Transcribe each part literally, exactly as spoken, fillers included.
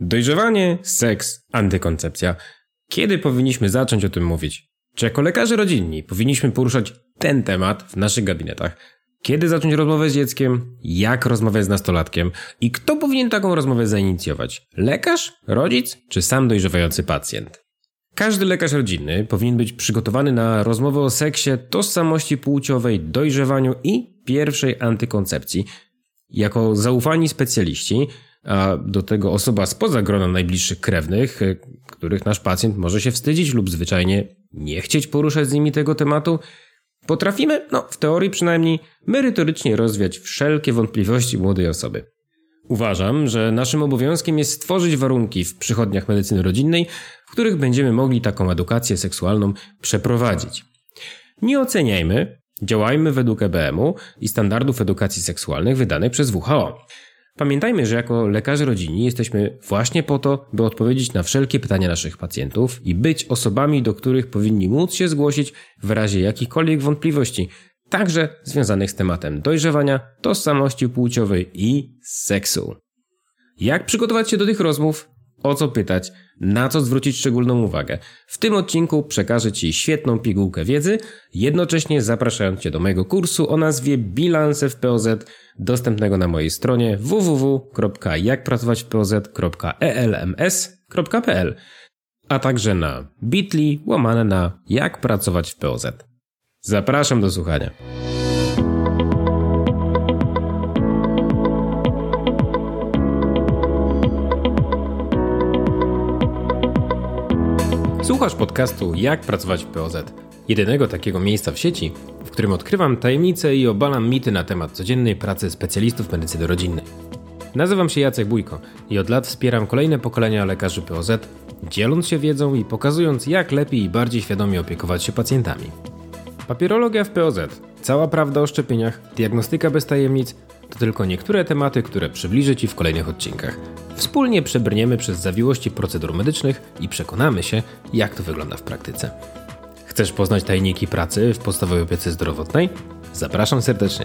Dojrzewanie, seks, antykoncepcja. Kiedy powinniśmy zacząć o tym mówić? Czy jako lekarze rodzinni powinniśmy poruszać ten temat w naszych gabinetach? Kiedy zacząć rozmowę z dzieckiem? Jak rozmawiać z nastolatkiem? I kto powinien taką rozmowę zainicjować? Lekarz, rodzic czy sam dojrzewający pacjent? Każdy lekarz rodzinny powinien być przygotowany na rozmowę o seksie, tożsamości płciowej, dojrzewaniu i pierwszej antykoncepcji. Jako zaufani specjaliści, a do tego osoba spoza grona najbliższych krewnych, których nasz pacjent może się wstydzić lub zwyczajnie nie chcieć poruszać z nimi tego tematu, potrafimy, no w teorii przynajmniej, merytorycznie rozwiać wszelkie wątpliwości młodej osoby. Uważam, że naszym obowiązkiem jest stworzyć warunki w przychodniach medycyny rodzinnej, w których będziemy mogli taką edukację seksualną przeprowadzić. Nie oceniajmy, działajmy według E B M-u i standardów edukacji seksualnych wydanych przez W H O. Pamiętajmy, że jako lekarze rodzinni jesteśmy właśnie po to, by odpowiedzieć na wszelkie pytania naszych pacjentów i być osobami, do których powinni móc się zgłosić w razie jakichkolwiek wątpliwości, także związanych z tematem dojrzewania, tożsamości płciowej i seksu. Jak przygotować się do tych rozmów? O co pytać? Na co zwrócić szczególną uwagę? W tym odcinku przekażę Ci świetną pigułkę wiedzy, jednocześnie zapraszając Cię do mojego kursu o nazwie Bilans F P O Z, dostępnego na mojej stronie w w w kropka jak pracować w p o z kropka e l m s kropka p l, a także na bit.ly łamane na jak pracować w P O Z. Zapraszam do słuchania. Słuchasz podcastu Jak pracować w P O Z, jedynego takiego miejsca w sieci, w którym odkrywam tajemnice i obalam mity na temat codziennej pracy specjalistów medycyny rodzinnej. Nazywam się Jacek Bójko i od lat wspieram kolejne pokolenia lekarzy P O Z, dzieląc się wiedzą i pokazując, jak lepiej i bardziej świadomie opiekować się pacjentami. Papierologia w P O Z, cała prawda o szczepieniach, diagnostyka bez tajemnic to tylko niektóre tematy, które przybliżę Ci w kolejnych odcinkach. Wspólnie przebrniemy przez zawiłości procedur medycznych i przekonamy się, jak to wygląda w praktyce. Chcesz poznać tajniki pracy w podstawowej opiece zdrowotnej? Zapraszam serdecznie.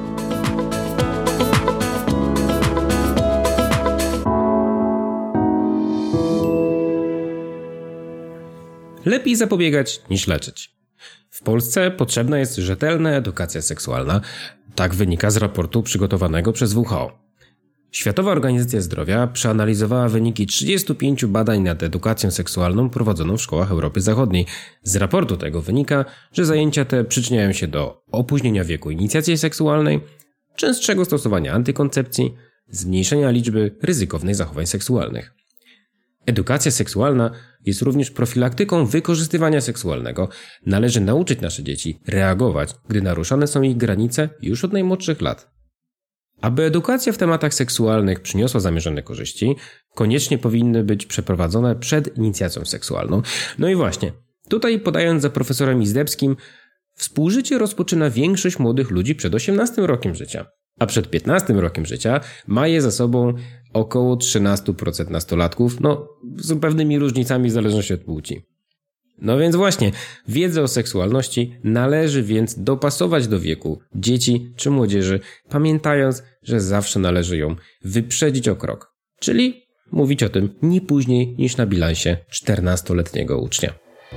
Lepiej zapobiegać niż leczyć. W Polsce potrzebna jest rzetelna edukacja seksualna, tak wynika z raportu przygotowanego przez W H O. Światowa Organizacja Zdrowia przeanalizowała wyniki trzydziestu pięciu badań nad edukacją seksualną prowadzoną w szkołach Europy Zachodniej. Z raportu tego wynika, że zajęcia te przyczyniają się do opóźnienia wieku inicjacji seksualnej, częstszego stosowania antykoncepcji, zmniejszenia liczby ryzykownych zachowań seksualnych. Edukacja seksualna jest również profilaktyką wykorzystywania seksualnego. Należy nauczyć nasze dzieci reagować, gdy naruszane są ich granice już od najmłodszych lat. Aby edukacja w tematach seksualnych przyniosła zamierzone korzyści, koniecznie powinny być przeprowadzone przed inicjacją seksualną. No i właśnie, tutaj podając za profesorem Izdebskim, współżycie rozpoczyna większość młodych ludzi przed osiemnastym rokiem życia, a przed piętnastym rokiem życia ma je za sobą około trzynaście procent nastolatków, no z pewnymi różnicami w zależności od płci. No więc właśnie, wiedzę o seksualności należy więc dopasować do wieku dzieci czy młodzieży, pamiętając, że zawsze należy ją wyprzedzić o krok, czyli mówić o tym nie później niż na bilansie czternastoletniego ucznia.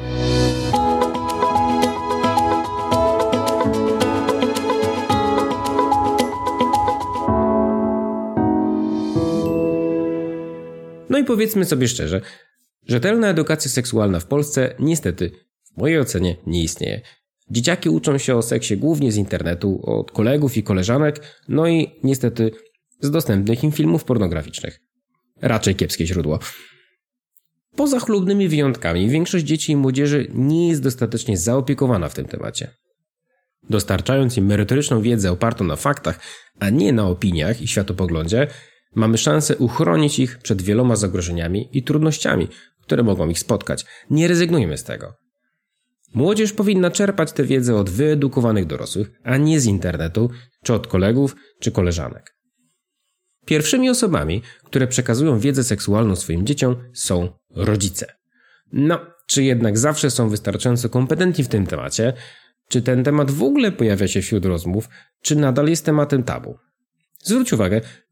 No i powiedzmy sobie szczerze, rzetelna edukacja seksualna w Polsce niestety, w mojej ocenie, nie istnieje. Dzieciaki uczą się o seksie głównie z internetu, od kolegów i koleżanek, no i niestety z dostępnych im filmów pornograficznych. Raczej kiepskie źródło. Poza chlubnymi wyjątkami większość dzieci i młodzieży nie jest dostatecznie zaopiekowana w tym temacie. Dostarczając im merytoryczną wiedzę opartą na faktach, a nie na opiniach i światopoglądzie, mamy szansę uchronić ich przed wieloma zagrożeniami i trudnościami, które mogą ich spotkać. Nie rezygnujmy z tego. Młodzież powinna czerpać tę wiedzę od wyedukowanych dorosłych, a nie z internetu, czy od kolegów, czy koleżanek. Pierwszymi osobami, które przekazują wiedzę seksualną swoim dzieciom, są rodzice. No, czy jednak zawsze są wystarczająco kompetentni w tym temacie? Czy ten temat w ogóle pojawia się wśród rozmów? Czy nadal jest tematem tabu? Zwróć uwagę,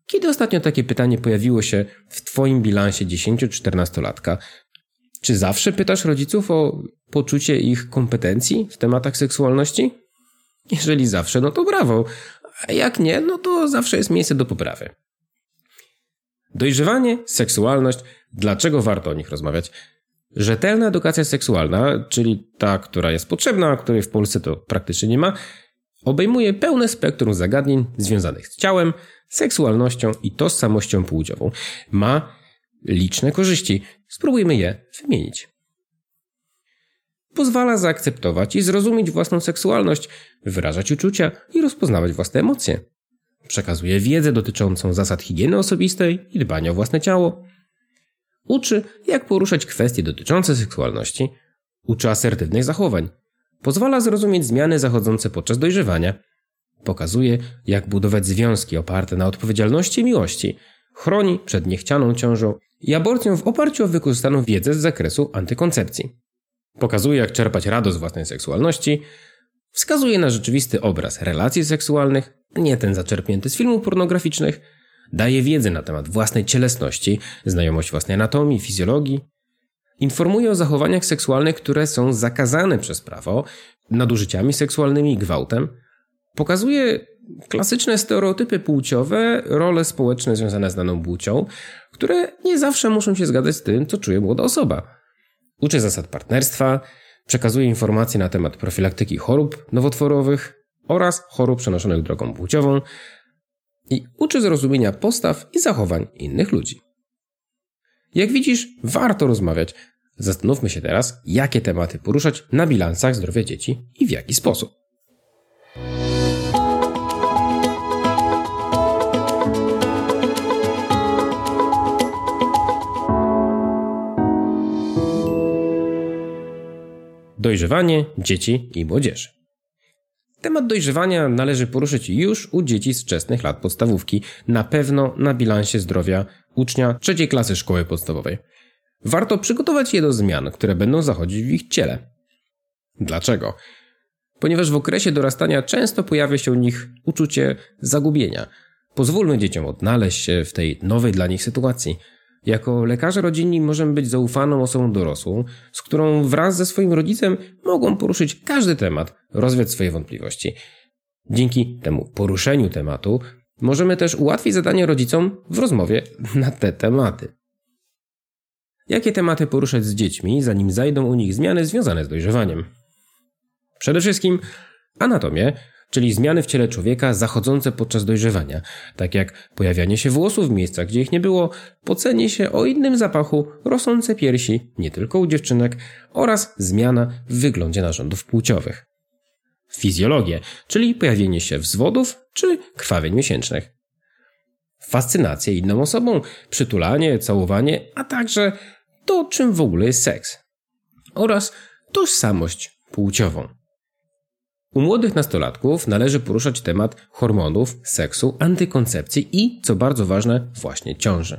Kiedy ostatnio takie pytanie pojawiło się w twoim bilansie dziesięcio-czternastolatka? Czy zawsze pytasz rodziców o poczucie ich kompetencji w tematach seksualności? Jeżeli zawsze, no to brawo. A jak nie, no to zawsze jest miejsce do poprawy. Dojrzewanie, seksualność. Dlaczego warto o nich rozmawiać? Rzetelna edukacja seksualna, czyli ta, która jest potrzebna, a której w Polsce to praktycznie nie ma, obejmuje pełne spektrum zagadnień związanych z ciałem, seksualnością i tożsamością płciową. Ma liczne korzyści. Spróbujmy je wymienić. Pozwala zaakceptować i zrozumieć własną seksualność, wyrażać uczucia i rozpoznawać własne emocje. Przekazuje wiedzę dotyczącą zasad higieny osobistej i dbania o własne ciało. Uczy, jak poruszać kwestie dotyczące seksualności. Uczy asertywnych zachowań. Pozwala zrozumieć zmiany zachodzące podczas dojrzewania. Pokazuje, jak budować związki oparte na odpowiedzialności i miłości. Chroni przed niechcianą ciążą i aborcją w oparciu o wykorzystaną wiedzę z zakresu antykoncepcji. Pokazuje, jak czerpać radość z własnej seksualności. Wskazuje na rzeczywisty obraz relacji seksualnych, nie ten zaczerpnięty z filmów pornograficznych. Daje wiedzę na temat własnej cielesności, znajomość własnej anatomii, fizjologii. Informuje o zachowaniach seksualnych, które są zakazane przez prawo, nadużyciami seksualnymi i gwałtem. Pokazuje klasyczne stereotypy płciowe, role społeczne związane z daną płcią, które nie zawsze muszą się zgadzać z tym, co czuje młoda osoba. Uczy zasad partnerstwa, przekazuje informacje na temat profilaktyki chorób nowotworowych oraz chorób przenoszonych drogą płciową i uczy zrozumienia postaw i zachowań innych ludzi. Jak widzisz, warto rozmawiać. Zastanówmy się teraz, jakie tematy poruszać na bilansach zdrowia dzieci i w jaki sposób. Dojrzewanie dzieci i młodzieży. Temat dojrzewania należy poruszyć już u dzieci z wczesnych lat podstawówki, na pewno na bilansie zdrowia ucznia trzeciej klasy szkoły podstawowej. Warto przygotować je do zmian, które będą zachodzić w ich ciele. Dlaczego? Ponieważ w okresie dorastania często pojawia się u nich uczucie zagubienia. Pozwólmy dzieciom odnaleźć się w tej nowej dla nich sytuacji. Jako lekarze rodzinni możemy być zaufaną osobą dorosłą, z którą wraz ze swoim rodzicem mogą poruszyć każdy temat, rozwiać swoje wątpliwości. Dzięki temu poruszeniu tematu możemy też ułatwić zadanie rodzicom w rozmowie na te tematy. Jakie tematy poruszać z dziećmi, zanim zajdą u nich zmiany związane z dojrzewaniem? Przede wszystkim anatomię, czyli zmiany w ciele człowieka zachodzące podczas dojrzewania, tak jak pojawianie się włosów w miejscach, gdzie ich nie było, pocenie się o innym zapachu, rosnące piersi, nie tylko u dziewczynek, oraz zmiana w wyglądzie narządów płciowych. Fizjologię, czyli pojawienie się wzwodów czy krwawień miesięcznych. Fascynację inną osobą, przytulanie, całowanie, a także to, czym w ogóle jest seks. Oraz tożsamość płciową. U młodych nastolatków należy poruszać temat hormonów, seksu, antykoncepcji i, co bardzo ważne, właśnie ciąży.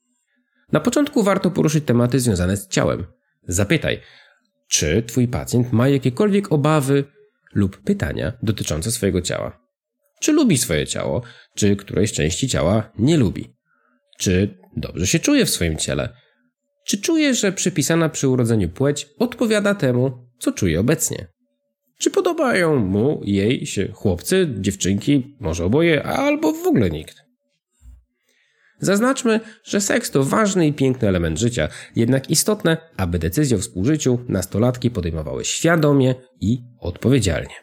Na początku warto poruszyć tematy związane z ciałem. Zapytaj, czy twój pacjent ma jakiekolwiek obawy lub pytania dotyczące swojego ciała. Czy lubi swoje ciało, czy którejś części ciała nie lubi. Czy dobrze się czuje w swoim ciele. Czy czuje, że przypisana przy urodzeniu płeć odpowiada temu, co czuje obecnie. Czy podobają mu, jej się chłopcy, dziewczynki, może oboje, albo w ogóle nikt. Zaznaczmy, że seks to ważny i piękny element życia, jednak istotne, aby decyzje o współżyciu nastolatki podejmowały świadomie i odpowiedzialnie.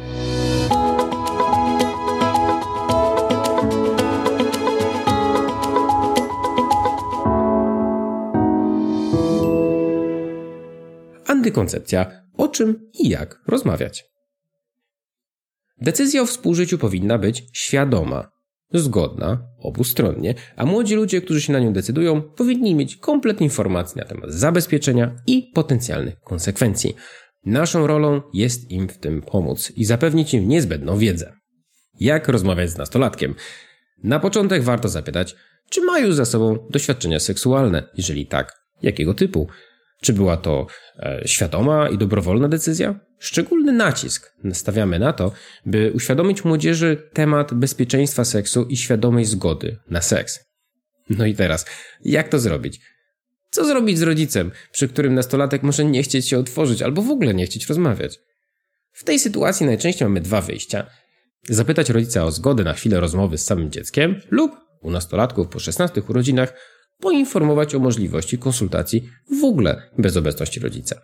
Antykoncepcja. O czym i jak rozmawiać? Decyzja o współżyciu powinna być świadoma, zgodna, obustronnie, a młodzi ludzie, którzy się na nią decydują, powinni mieć kompletne informacje na temat zabezpieczenia i potencjalnych konsekwencji. Naszą rolą jest im w tym pomóc i zapewnić im niezbędną wiedzę. Jak rozmawiać z nastolatkiem? Na początek warto zapytać, czy ma już za sobą doświadczenia seksualne, jeżeli tak, jakiego typu? Czy była to e, świadoma i dobrowolna decyzja? Szczególny nacisk stawiamy na to, by uświadomić młodzieży temat bezpieczeństwa seksu i świadomej zgody na seks. No i teraz, jak to zrobić? Co zrobić z rodzicem, przy którym nastolatek może nie chcieć się otworzyć albo w ogóle nie chcieć rozmawiać? W tej sytuacji najczęściej mamy dwa wyjścia. Zapytać rodzica o zgodę na chwilę rozmowy z samym dzieckiem lub u nastolatków po szesnastych urodzinach poinformować o możliwości konsultacji w ogóle bez obecności rodzica.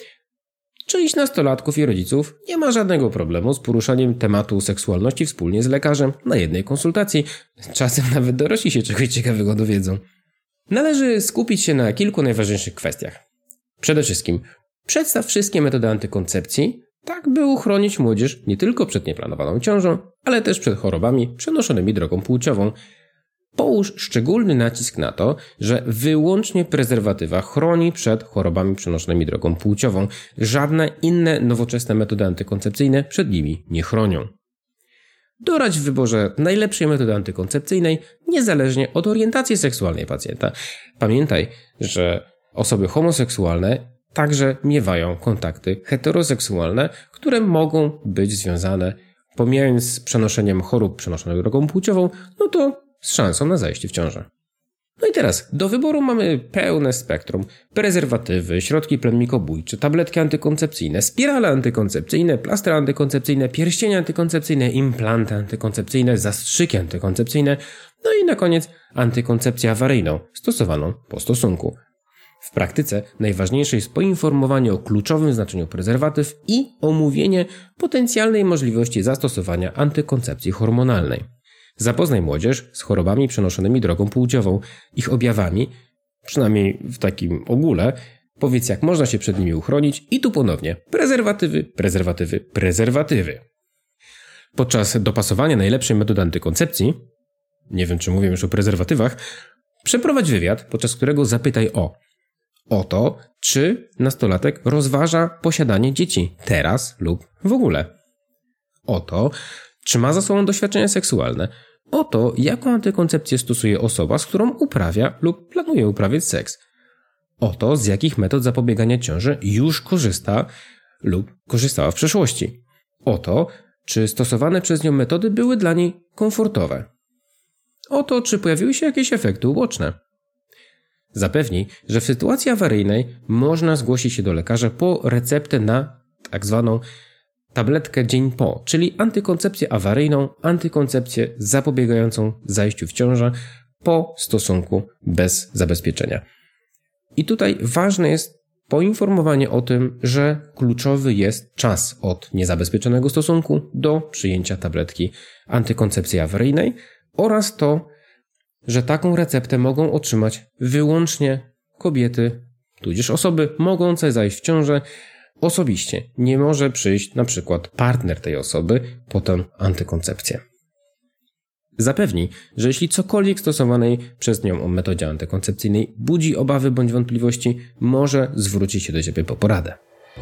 Część nastolatków i rodziców nie ma żadnego problemu z poruszaniem tematu seksualności wspólnie z lekarzem na jednej konsultacji. Czasem nawet dorośli się czegoś ciekawego dowiedzą. Należy skupić się na kilku najważniejszych kwestiach. Przede wszystkim przedstaw wszystkie metody antykoncepcji, tak by uchronić młodzież nie tylko przed nieplanowaną ciążą, ale też przed chorobami przenoszonymi drogą płciową. Połóż szczególny nacisk na to, że wyłącznie prezerwatywa chroni przed chorobami przenoszonymi drogą płciową. Żadne inne nowoczesne metody antykoncepcyjne przed nimi nie chronią. Doradź w wyborze najlepszej metody antykoncepcyjnej niezależnie od orientacji seksualnej pacjenta. Pamiętaj, że osoby homoseksualne także miewają kontakty heteroseksualne, które mogą być związane, pomijając z przenoszeniem chorób przenoszonych drogą płciową, no to z szansą na zajście w ciążę. No i teraz, do wyboru mamy pełne spektrum. Prezerwatywy, środki plemnikobójcze, tabletki antykoncepcyjne, spirale antykoncepcyjne, plastry antykoncepcyjne, pierścienie antykoncepcyjne, implanty antykoncepcyjne, zastrzyki antykoncepcyjne, no i na koniec antykoncepcję awaryjną, stosowaną po stosunku. W praktyce najważniejsze jest poinformowanie o kluczowym znaczeniu prezerwatyw i omówienie potencjalnej możliwości zastosowania antykoncepcji hormonalnej. Zapoznaj młodzież z chorobami przenoszonymi drogą płciową, ich objawami, przynajmniej w takim ogóle, powiedz jak można się przed nimi uchronić i tu ponownie prezerwatywy, prezerwatywy, prezerwatywy. Podczas dopasowania najlepszej metody antykoncepcji, nie wiem czy mówię już o prezerwatywach, przeprowadź wywiad, podczas którego zapytaj o o to, czy nastolatek rozważa posiadanie dzieci teraz lub w ogóle. O to, czy ma za sobą doświadczenia seksualne. O to, jaką antykoncepcję stosuje osoba, z którą uprawia lub planuje uprawiać seks. O to, z jakich metod zapobiegania ciąży już korzysta lub korzystała w przeszłości. O to, czy stosowane przez nią metody były dla niej komfortowe. O to, czy pojawiły się jakieś efekty uboczne. Zapewnij, że w sytuacji awaryjnej można zgłosić się do lekarza po receptę na tak zwaną tabletkę dzień po, czyli antykoncepcję awaryjną, antykoncepcję zapobiegającą zajściu w ciążę po stosunku bez zabezpieczenia. I tutaj ważne jest poinformowanie o tym, że kluczowy jest czas od niezabezpieczonego stosunku do przyjęcia tabletki antykoncepcji awaryjnej oraz to, że taką receptę mogą otrzymać wyłącznie kobiety, tudzież osoby mogące zajść w ciążę osobiście. Nie może przyjść na przykład partner tej osoby po tę antykoncepcję. Zapewnij, że jeśli cokolwiek stosowanej przez nią o metodzie antykoncepcyjnej budzi obawy bądź wątpliwości, może zwrócić się do Ciebie po poradę.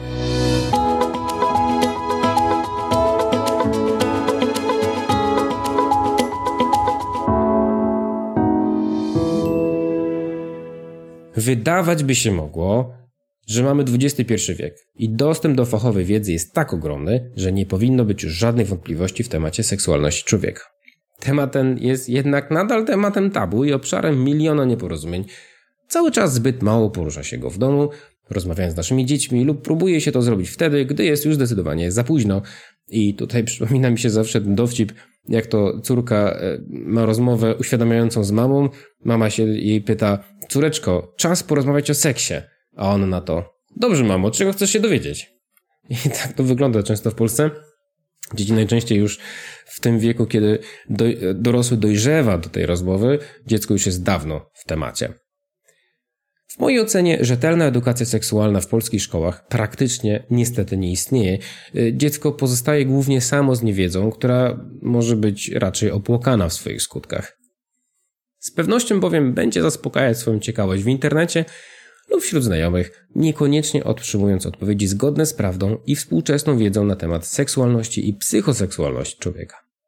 Wydawać by się mogło, że mamy dwudziesty pierwszy wiek i dostęp do fachowej wiedzy jest tak ogromny, że nie powinno być już żadnych wątpliwości w temacie seksualności człowieka. Temat ten jest jednak nadal tematem tabu i obszarem miliona nieporozumień. Cały czas zbyt mało porusza się go w domu, rozmawiając z naszymi dziećmi lub próbuje się to zrobić wtedy, gdy jest już zdecydowanie za późno. I tutaj przypomina mi się zawsze ten dowcip, jak to córka ma rozmowę uświadamiającą z mamą, mama się jej pyta: córeczko, czas porozmawiać o seksie. A on na to: dobrze mamo, czego chcesz się dowiedzieć? I tak to wygląda często w Polsce. Dzieci najczęściej już w tym wieku, kiedy do, dorosły dojrzewa do tej rozmowy, dziecko już jest dawno w temacie. W mojej ocenie rzetelna edukacja seksualna w polskich szkołach praktycznie niestety nie istnieje. Dziecko pozostaje głównie samo z niewiedzą, która może być raczej opłakana w swoich skutkach. Z pewnością bowiem będzie zaspokajać swoją ciekawość w internecie lub wśród znajomych, niekoniecznie otrzymując odpowiedzi zgodne z prawdą i współczesną wiedzą na temat seksualności i psychoseksualności człowieka.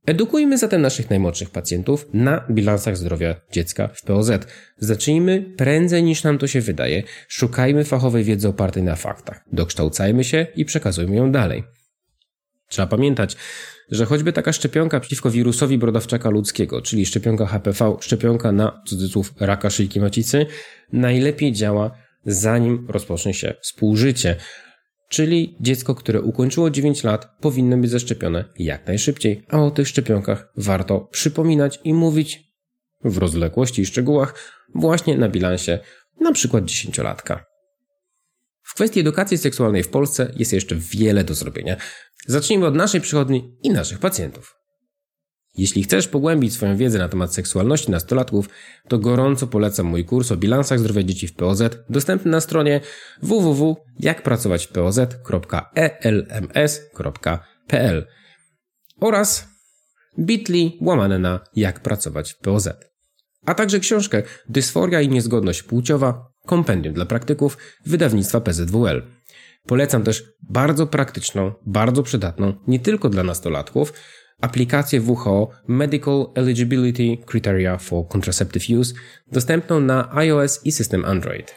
Edukujmy zatem naszych najmłodszych pacjentów na bilansach zdrowia dziecka w P O Z. Zacznijmy prędzej niż nam to się wydaje. Szukajmy fachowej wiedzy opartej na faktach. Dokształcajmy się i przekazujmy ją dalej. Trzeba pamiętać, że choćby taka szczepionka przeciwko wirusowi brodawczaka ludzkiego, czyli szczepionka H P V, szczepionka na cudzysłów raka szyjki macicy, najlepiej działa zanim rozpocznie się współżycie. Czyli dziecko, które ukończyło dziewięć lat, powinno być zaszczepione jak najszybciej, a o tych szczepionkach warto przypominać i mówić w rozwlekłości i szczegółach właśnie na bilansie na przykład dziesięciolatka. W kwestii edukacji seksualnej w Polsce jest jeszcze wiele do zrobienia. Zacznijmy od naszej przychodni i naszych pacjentów. Jeśli chcesz pogłębić swoją wiedzę na temat seksualności nastolatków, to gorąco polecam mój kurs o bilansach zdrowia dzieci w P O Z, dostępny na stronie w w w kropka jak pracować w p o z kropka e l m s kropka p l oraz bit.ly łamane na jak pracować w P O Z. A także książkę Dysforia i niezgodność płciowa, kompendium dla praktyków wydawnictwa P Z W L. Polecam też bardzo praktyczną, bardzo przydatną, nie tylko dla nastolatków, aplikację W H O Medical Eligibility Criteria for Contraceptive Use, dostępną na iOS i system Android.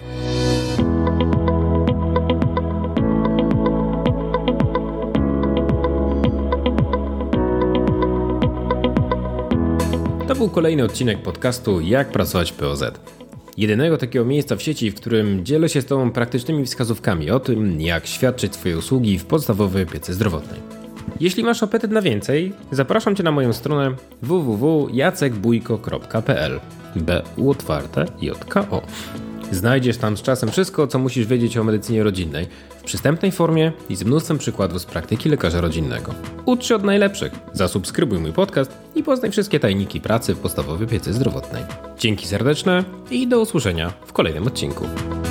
To był kolejny odcinek podcastu Jak pracować w P O Z. Jedynego takiego miejsca w sieci, w którym dzielę się z Tobą praktycznymi wskazówkami o tym, jak świadczyć swoje usługi w podstawowej opiece zdrowotnej. Jeśli masz apetyt na więcej, zapraszam Cię na moją stronę w w w kropka jacek bujko kropka p l b u otwarte j k o. Znajdziesz tam z czasem wszystko, co musisz wiedzieć o medycynie rodzinnej w przystępnej formie i z mnóstwem przykładów z praktyki lekarza rodzinnego. Ucz się od najlepszych, zasubskrybuj mój podcast i poznaj wszystkie tajniki pracy w podstawowej opiece zdrowotnej. Dzięki serdeczne i do usłyszenia w kolejnym odcinku.